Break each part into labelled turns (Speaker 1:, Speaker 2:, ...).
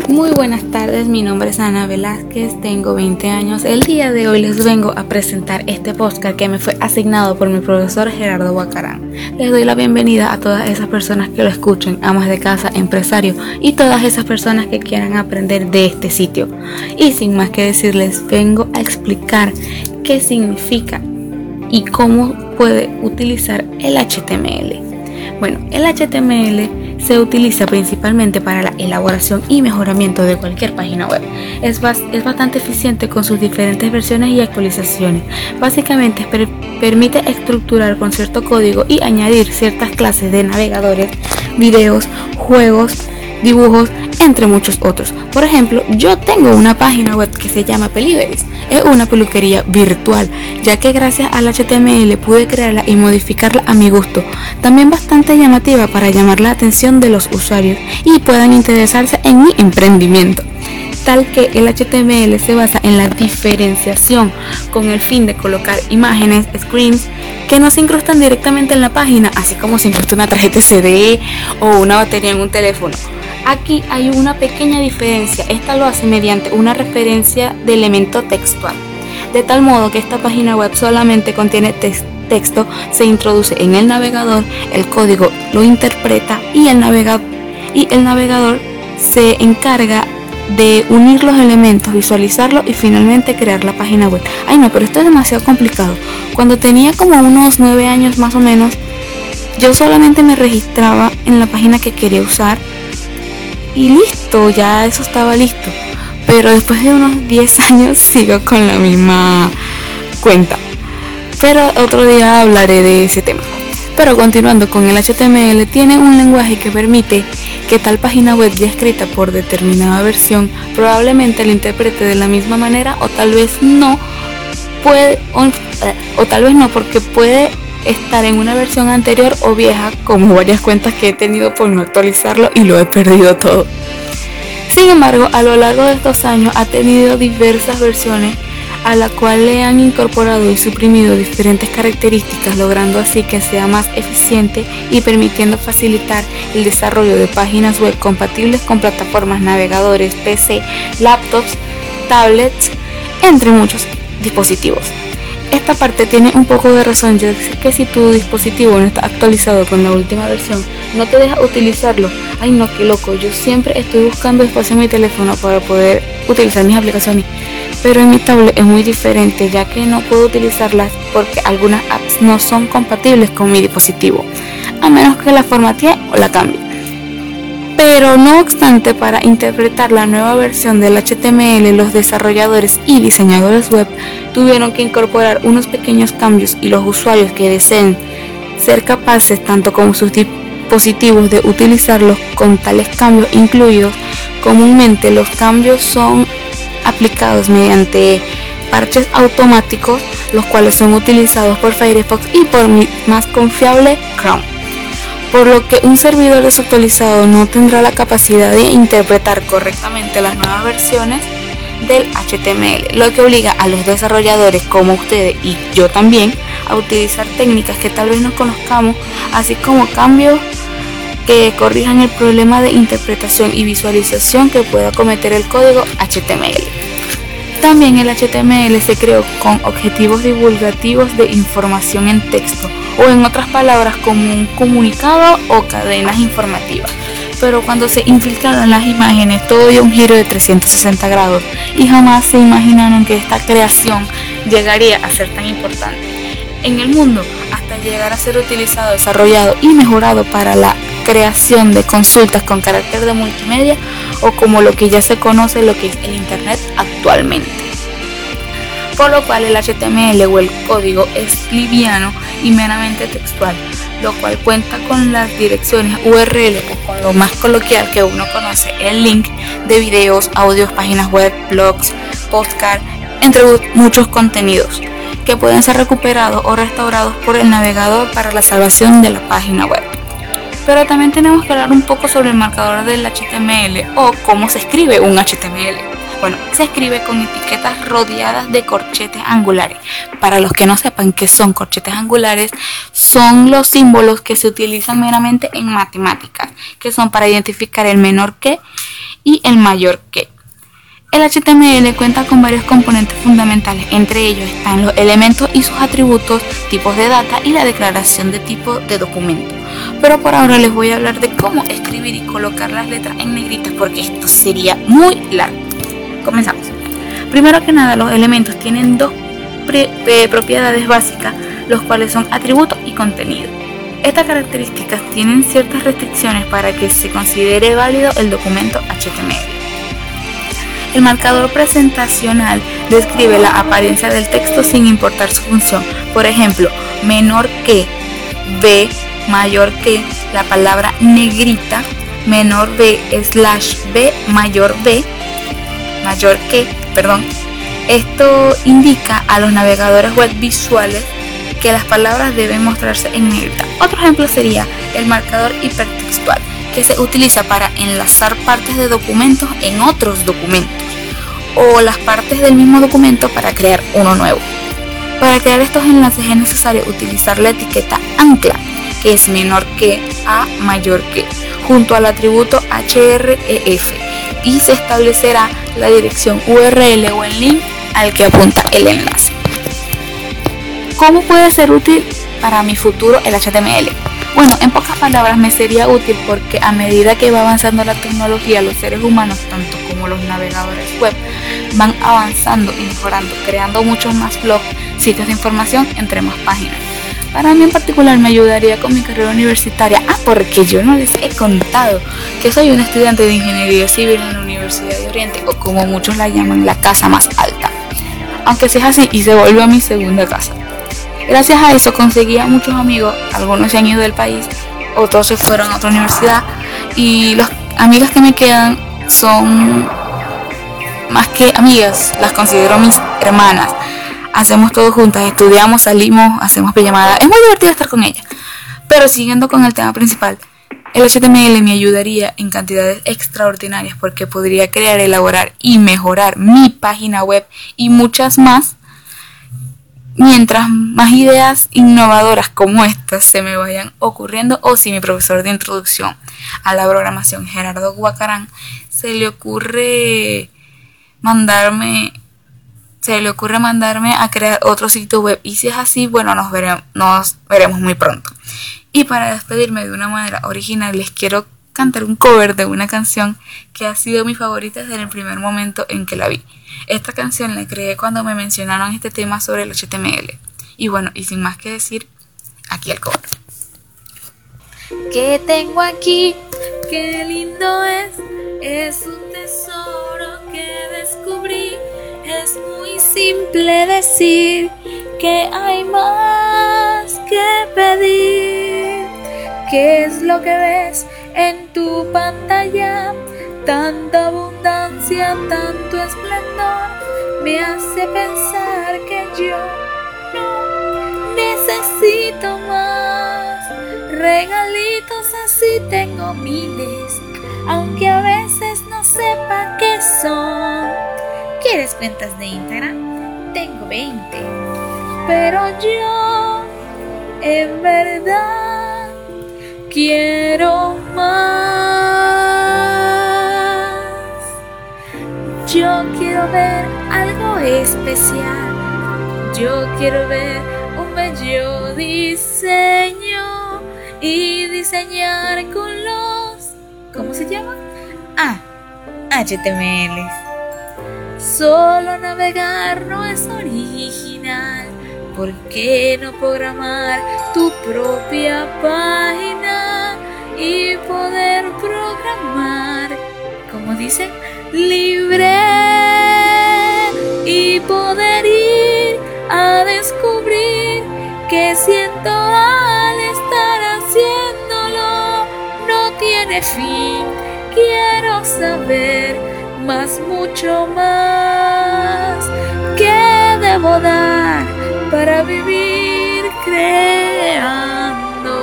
Speaker 1: Muy buenas tardes, mi nombre es Ana Velázquez, tengo 20 años. El día de hoy les vengo a presentar este podcast que me fue asignado por mi profesor Gerardo Guacarán. Les doy la bienvenida a todas esas personas que lo escuchen, amas de casa, empresarios y todas esas personas que quieran aprender de este sitio. Y sin más que decirles, vengo a explicar qué significa y cómo puede utilizar el HTML. Bueno, el HTML se utiliza principalmente para la elaboración y mejoramiento de cualquier página web. Es bastante eficiente con sus diferentes versiones y actualizaciones. Básicamente permite estructurar con cierto código y añadir ciertas clases de navegadores, videos, juegos, dibujos, entre muchos otros. Por ejemplo, yo tengo una página web que se llama Peliveris. Es una peluquería virtual, ya que gracias al HTML pude crearla y modificarla a mi gusto. También bastante llamativa para llamar la atención de los usuarios y puedan interesarse en mi emprendimiento. Tal que el HTML se basa en la diferenciación con el fin de colocar imágenes, screens, que no se incrustan directamente en la página, así como se incrusta una tarjeta SD o una batería en un teléfono. Aquí hay una pequeña diferencia, esta lo hace mediante una referencia de elemento textual, de tal modo que esta página web solamente contiene texto, se introduce en el navegador, el código lo interpreta y el navegador se encarga de unir los elementos, visualizarlo y finalmente crear la página web. Ay no, pero esto es demasiado complicado. Cuando tenía como unos 9 años más o menos, yo solamente me registraba en la página que quería usar y listo, ya eso estaba listo. Pero después de unos 10 años sigo con la misma cuenta. Pero otro día hablaré de ese tema. Pero continuando con el HTML, tiene un lenguaje que permite que tal página web ya escrita por determinada versión probablemente la interprete de la misma manera o tal vez no porque puede estar en una versión anterior o vieja, como varias cuentas que he tenido por no actualizarlo y lo he perdido todo. Sin embargo, a lo largo de estos años ha tenido diversas versiones a la cual le han incorporado y suprimido diferentes características, logrando así que sea más eficiente y permitiendo facilitar el desarrollo de páginas web compatibles con plataformas, navegadores, PC, laptops, tablets, entre muchos dispositivos. Esta parte tiene un poco de razón, ya que si tu dispositivo no está actualizado con la última versión, no te deja utilizarlo. Ay no, qué loco, yo siempre estoy buscando espacio en mi teléfono para poder utilizar mis aplicaciones, pero en mi tablet es muy diferente, ya que no puedo utilizarlas porque algunas apps no son compatibles con mi dispositivo, a menos que la formatee o la cambie. Pero no obstante, para interpretar la nueva versión del HTML, los desarrolladores y diseñadores web tuvieron que incorporar unos pequeños cambios y los usuarios que deseen ser capaces, tanto como sus dispositivos, de utilizarlos con tales cambios incluidos. Comúnmente los cambios son aplicados mediante parches automáticos, los cuales son utilizados por Firefox y por mi más confiable Chrome. Por lo que un servidor desactualizado no tendrá la capacidad de interpretar correctamente las nuevas versiones del HTML, lo que obliga a los desarrolladores como ustedes y yo también a utilizar técnicas que tal vez no conozcamos, así como cambios que corrijan el problema de interpretación y visualización que pueda cometer el código HTML. También el HTML se creó con objetivos divulgativos de información en texto, o en otras palabras como un comunicado o cadenas informativas. Pero cuando se infiltraron las imágenes, todo dio un giro de 360 grados y jamás se imaginaron que esta creación llegaría a ser tan importante en el mundo, hasta llegar a ser utilizado, desarrollado y mejorado para la creación de consultas con carácter de multimedia, o como lo que ya se conoce, lo que es el internet actualmente. Por lo cual el HTML o el código es liviano y meramente textual, lo cual cuenta con las direcciones URL, o con lo más coloquial que uno conoce, el link de videos, audios, páginas web, blogs, podcast, entre muchos contenidos que pueden ser recuperados o restaurados por el navegador para la salvación de la página web. Pero también tenemos que hablar un poco sobre el marcador del HTML o cómo se escribe un HTML. Bueno, se escribe con etiquetas rodeadas de corchetes angulares. Para los que no sepan qué son corchetes angulares, son los símbolos que se utilizan meramente en matemáticas, que son para identificar el menor que y el mayor que. El HTML cuenta con varios componentes fundamentales, entre ellos están los elementos y sus atributos, tipos de data y la declaración de tipo de documento. Pero por ahora les voy a hablar de cómo escribir y colocar las letras en negritas porque esto sería muy largo. Comenzamos. Primero que nada, los elementos tienen dos propiedades básicas, los cuales son atributos y contenido. Estas características tienen ciertas restricciones para que se considere válido el documento HTML. El marcador presentacional describe la apariencia del texto sin importar su función. Por ejemplo, menor que, b, mayor que, la palabra negrita, menor b, /b, mayor que, Esto indica a los navegadores web visuales que las palabras deben mostrarse en negrita. Otro ejemplo sería el marcador hipertextual, que se utiliza para enlazar partes de documentos en otros documentos o las partes del mismo documento para crear uno nuevo. Para crear estos enlaces es necesario utilizar la etiqueta ancla, que es menor que a mayor que, junto al atributo href, y se establecerá la dirección URL o el link al que apunta el enlace. ¿Cómo puede ser útil para mi futuro el HTML? Bueno, en pocas palabras me sería útil porque a medida que va avanzando la tecnología, los seres humanos, tanto como los navegadores web, van avanzando y mejorando, creando muchos más blogs, sitios de información, entre más páginas. Para mí en particular me ayudaría con mi carrera universitaria. Porque yo no les he contado que soy un estudiante de Ingeniería Civil en la Universidad de Oriente, o como muchos la llaman, la casa más alta. Aunque si es así, y se volvió mi segunda casa. Gracias a eso conseguí a muchos amigos, algunos se han ido del país, otros se fueron a otra universidad, y las amigas que me quedan son más que amigas, las considero mis hermanas. Hacemos todo juntas, estudiamos, salimos, hacemos pijamada, es muy divertido estar con ellas. Pero siguiendo con el tema principal, el HTML me ayudaría en cantidades extraordinarias porque podría crear, elaborar y mejorar mi página web y muchas más. Mientras más ideas innovadoras como estas se me vayan ocurriendo, o si mi profesor de introducción a la programación, Gerardo Guacarán, se le ocurre mandarme a crear otro sitio web, y si es así, bueno, nos veremos muy pronto. Y para despedirme de una manera original, les quiero cantar un cover de una canción que ha sido mi favorita desde el primer momento en que la vi. Esta canción la creé cuando me mencionaron este tema sobre el HTML. Y bueno, y sin más que decir, aquí el cover.
Speaker 2: ¿Qué tengo aquí? Qué lindo es un tesoro que descubrí. Es muy simple decir que hay más que pedir. ¿Qué es lo que ves en tu pantalla? Tanta abundancia, tanto esplendor, me hace pensar que yo no necesito más. Regalitos así tengo miles, aunque a veces no sepa qué son. ¿Quieres cuentas de Instagram? Tengo 20, pero yo en verdad quiero más. Yo quiero ver algo especial. Yo quiero ver un bello diseño y diseñar con los... ¿Cómo se llama? HTML. Solo navegar no es original. ¿Por qué no programar tu propia página y poder programar, como dicen, libre, y poder ir a descubrir qué siento al estar haciéndolo? No tiene fin. Quiero saber más, mucho más. ¿Qué debo dar para vivir creando?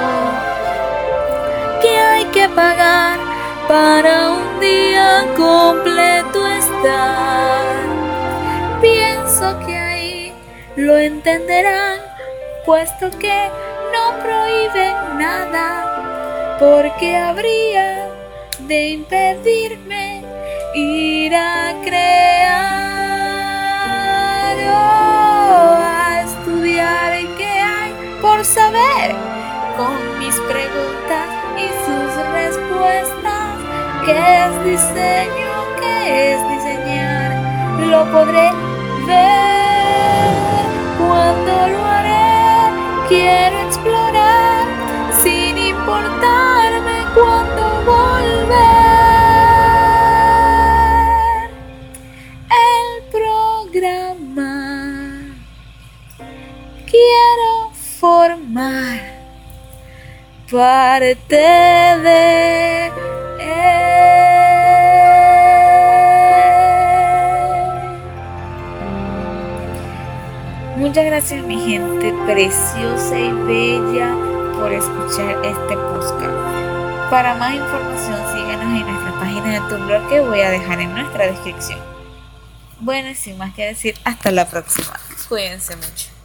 Speaker 2: ¿Qué hay que pagar para un día completo estar? Pienso que ahí lo entenderán, puesto que no prohíben nada, porque habría de impedirme ir a crear o a estudiar qué hay por saber con mis preguntas y sus respuestas. ¿Qué es diseño? ¿Qué es diseñar? Lo podré ver cuando lo haré. Quiero explorar sin importarme cuándo volver. El programa quiero formar parte de él. Muchas gracias, mi gente preciosa y bella, por escuchar este podcast. Para más información, síguenos en nuestra página de Tumblr que voy a dejar en nuestra descripción. Bueno, sin más que decir, hasta la próxima. Cuídense mucho.